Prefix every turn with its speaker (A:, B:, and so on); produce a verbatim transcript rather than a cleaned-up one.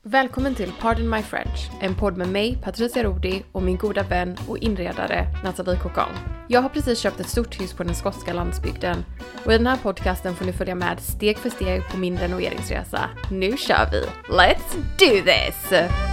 A: Välkommen till Pardon My French, en podd med mig, Patricia Rodi, och min goda vän och inredare Nathalie Cocan. Jag har precis köpt ett stort hus på den skotska landsbygden och i den här podcasten får ni följa med steg för steg på min renoveringsresa. Nu kör vi! Let's do this!